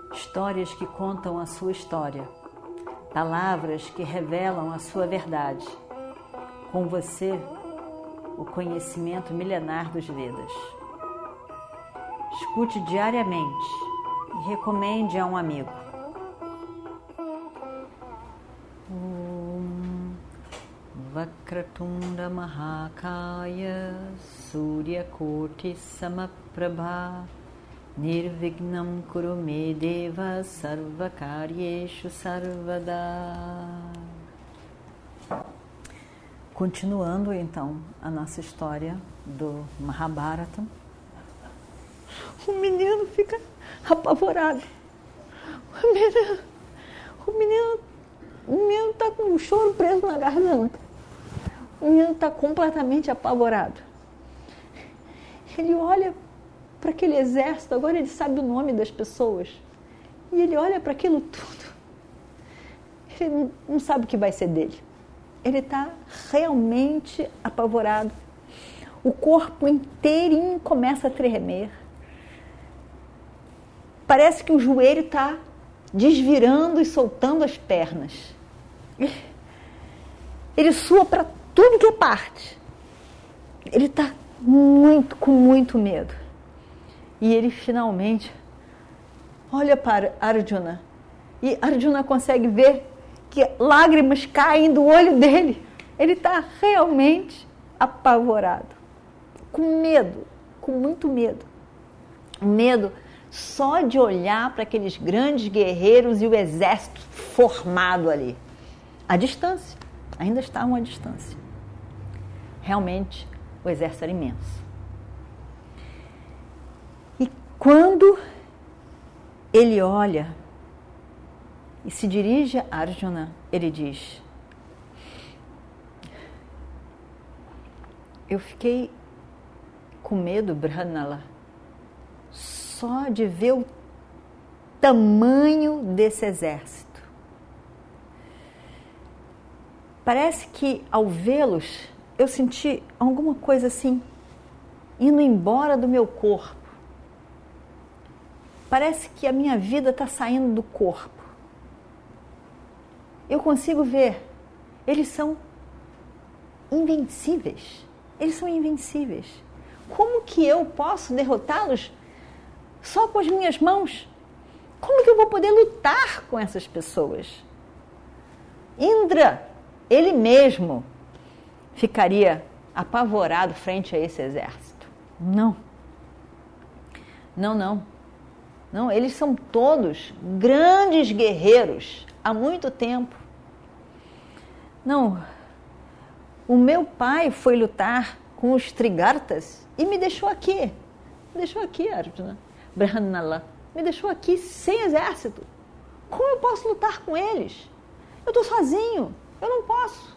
histórias que contam a sua história, palavras que revelam a sua verdade. Com você, o conhecimento milenar dos Vedas. Escute diariamente e recomende a um amigo. Om Vakratunda Mahakaya Suryakoti Samaprabha Nirvignam Kurume Deva Sarvakaryeshu Sarvada. Continuando então a nossa história do Mahabharata, o menino fica apavorado. O menino está com um choro preso na garganta. O menino está completamente apavorado. Ele olha para aquele exército, agora ele sabe o nome das pessoas. E ele olha para aquilo tudo. Ele não sabe o que vai ser dele. Ele está realmente apavorado. O corpo inteirinho começa a tremer. Parece que o joelho está desvirando e soltando as pernas. Ele sua para tudo que é parte. Ele está com muito medo. E ele finalmente olha para Arjuna. E Arjuna consegue ver que lágrimas caem do olho dele. Ele está realmente apavorado. Com medo, com muito medo. Medo só de olhar para aqueles grandes guerreiros e o exército formado ali. À distância, ainda estavam à distância. Realmente, o exército era imenso. E quando ele olha e se dirige a Arjuna, ele diz: eu fiquei com medo, Brhanala, só de ver o tamanho desse exército. Parece que ao vê-los, eu senti alguma coisa assim, indo embora do meu corpo. Parece que a minha vida está saindo do corpo. Eu consigo ver, eles são invencíveis. Eles são invencíveis. Como que eu posso derrotá-los só com as minhas mãos? Como que eu vou poder lutar com essas pessoas? Indra, ele mesmo, ficaria apavorado frente a esse exército. Não. Não, eles são todos grandes guerreiros há muito tempo. Não, o meu pai foi lutar com os Trigartas e me deixou aqui. Me deixou aqui, Arjuna. Brhanala, me deixou aqui sem exército. Como eu posso lutar com eles? Eu estou sozinho. Eu não posso.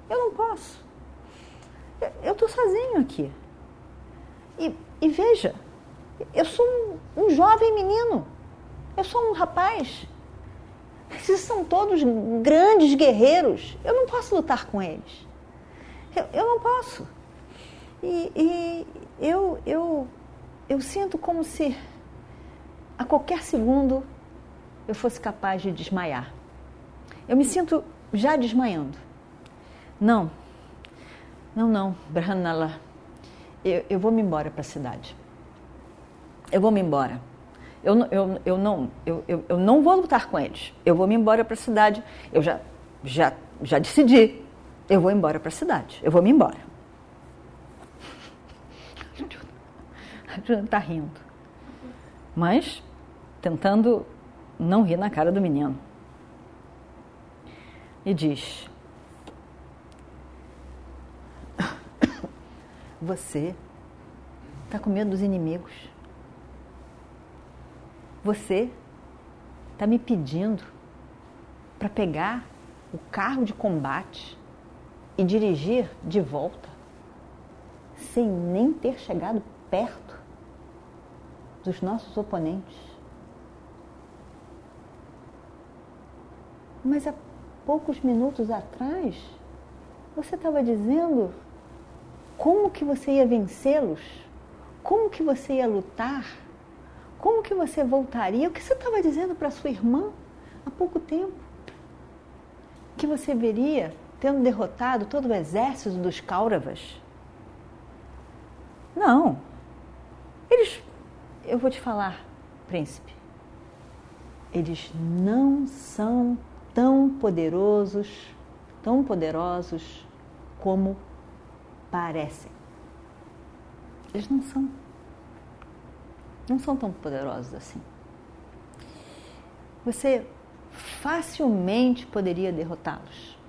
Eu estou sozinho aqui. E veja, eu sou um jovem menino. Eu sou um rapaz. Esses são todos grandes guerreiros. Eu não posso lutar com eles. Eu não posso. E eu sinto como se a qualquer segundo eu fosse capaz de desmaiar. Eu me sinto já desmaiando. Não, Brhanala, eu vou me embora para a cidade. Eu vou me embora. Eu não vou lutar com eles. Eu vou me embora para a cidade. Eu já decidi. Eu vou embora para a cidade. Eu vou me embora. A Arjuna está rindo. Mas tentando não rir na cara do menino. E diz: você está com medo dos inimigos? Você está me pedindo para pegar o carro de combate e dirigir de volta, sem nem ter chegado perto dos nossos oponentes? Mas há poucos minutos atrás, você estava dizendo como que você ia vencê-los, como que você ia lutar, Como que você voltaria? O que você estava dizendo para sua irmã há pouco tempo? Que você veria tendo derrotado todo o exército dos Kauravas? Não. Eu vou te falar, príncipe, eles não são tão poderosos como parecem. Eles não são. Não são tão poderosos assim. Você facilmente poderia derrotá-los.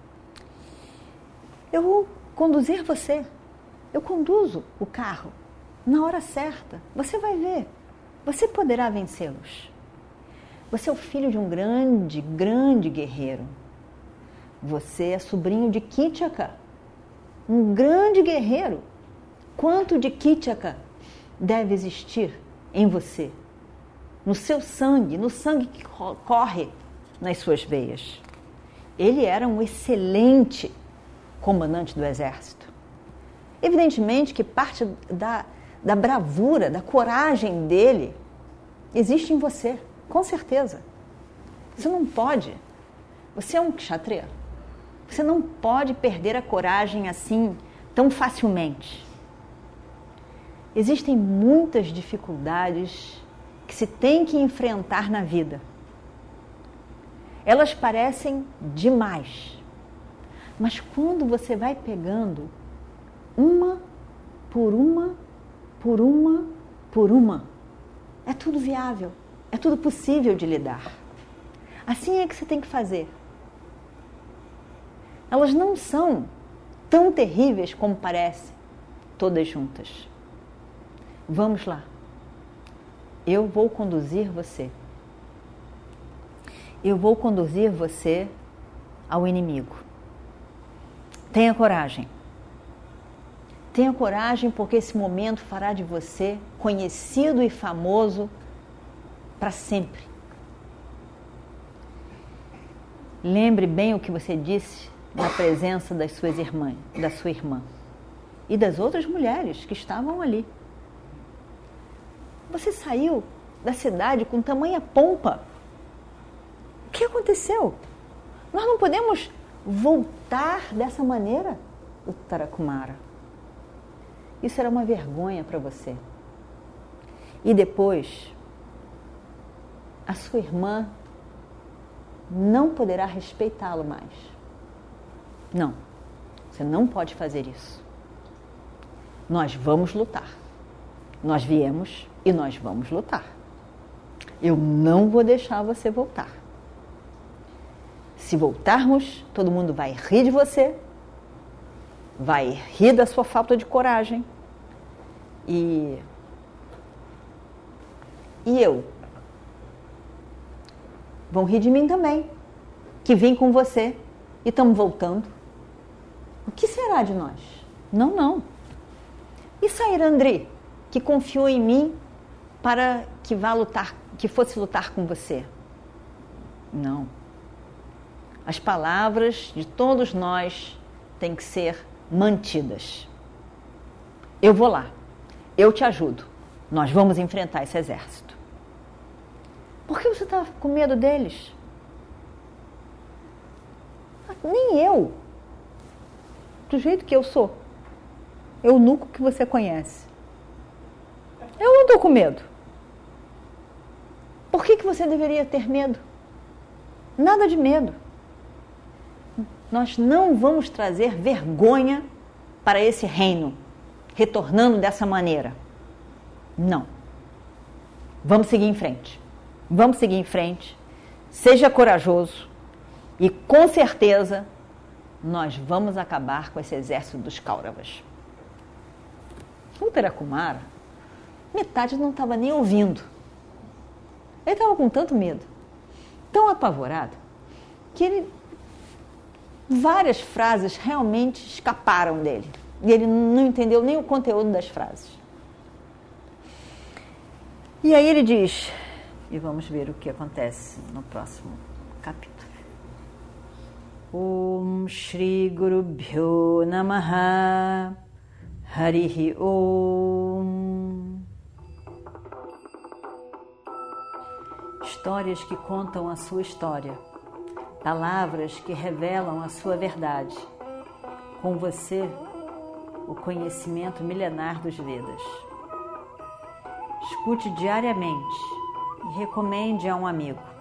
Eu vou conduzir você. Eu conduzo o carro na hora certa. Você vai ver. Você poderá vencê-los. Você é o filho de um grande, grande guerreiro. Você é sobrinho de Kitchaka, um grande guerreiro. Quanto de Kitchaka deve existir em você? No seu sangue, no sangue que corre nas suas veias. Ele era um excelente comandante do exército. Evidentemente que parte da bravura, da coragem dele existe em você, com certeza. Você não pode. Você é um kshatriya. Você não pode perder a coragem assim tão facilmente. Existem muitas dificuldades que se tem que enfrentar na vida. Elas parecem demais. Mas quando você vai pegando uma por uma, é tudo viável, é tudo possível de lidar. Assim é que você tem que fazer. Elas não são tão terríveis como parecem, todas juntas. Vamos lá. Eu vou conduzir você. Eu vou conduzir você ao inimigo. Tenha coragem. Tenha coragem, porque esse momento fará de você conhecido e famoso para sempre. Lembre bem o que você disse na presença das suas irmãs, da sua irmã e das outras mulheres que estavam ali. Você saiu da cidade com tamanha pompa. O que aconteceu? Nós não podemos voltar dessa maneira, Uttarakumara. Isso era uma vergonha para você. E depois, a sua irmã não poderá respeitá-lo mais. Não, você não pode fazer isso. Nós vamos lutar. Nós viemos e nós vamos lutar. Eu não vou deixar você voltar. Se voltarmos, todo mundo vai rir de você, vai rir da sua falta de coragem e eu. Vão rir de mim também, que vim com você e estamos voltando. O que será de nós? Não, não. E Sairandri, que confiou em mim para que vá lutar, que fosse lutar com você? Não. As palavras de todos nós têm que ser mantidas. Eu vou lá. Eu te ajudo. Nós vamos enfrentar esse exército. Por que você está com medo deles? Nem eu. Do jeito que eu sou. Eunuco que você conhece. Eu não estou com medo. Por que você deveria ter medo? Nada de medo. Nós não vamos trazer vergonha para esse reino, retornando dessa maneira. Não. Vamos seguir em frente. Vamos seguir em frente. Seja corajoso e com certeza nós vamos acabar com esse exército dos Kauravas. Uttarakumara, metade não estava nem ouvindo. Ele estava com tanto medo, tão apavorado, que várias frases realmente escaparam dele. E ele não entendeu nem o conteúdo das frases. E aí ele diz, e vamos ver o que acontece no próximo capítulo. Om Shri Guru Bhyo Namaha Harihi Om. histórias que contam a sua história, palavras que revelam a sua verdade. Com você, o conhecimento milenar dos Vedas. Escute diariamente e recomende a um amigo.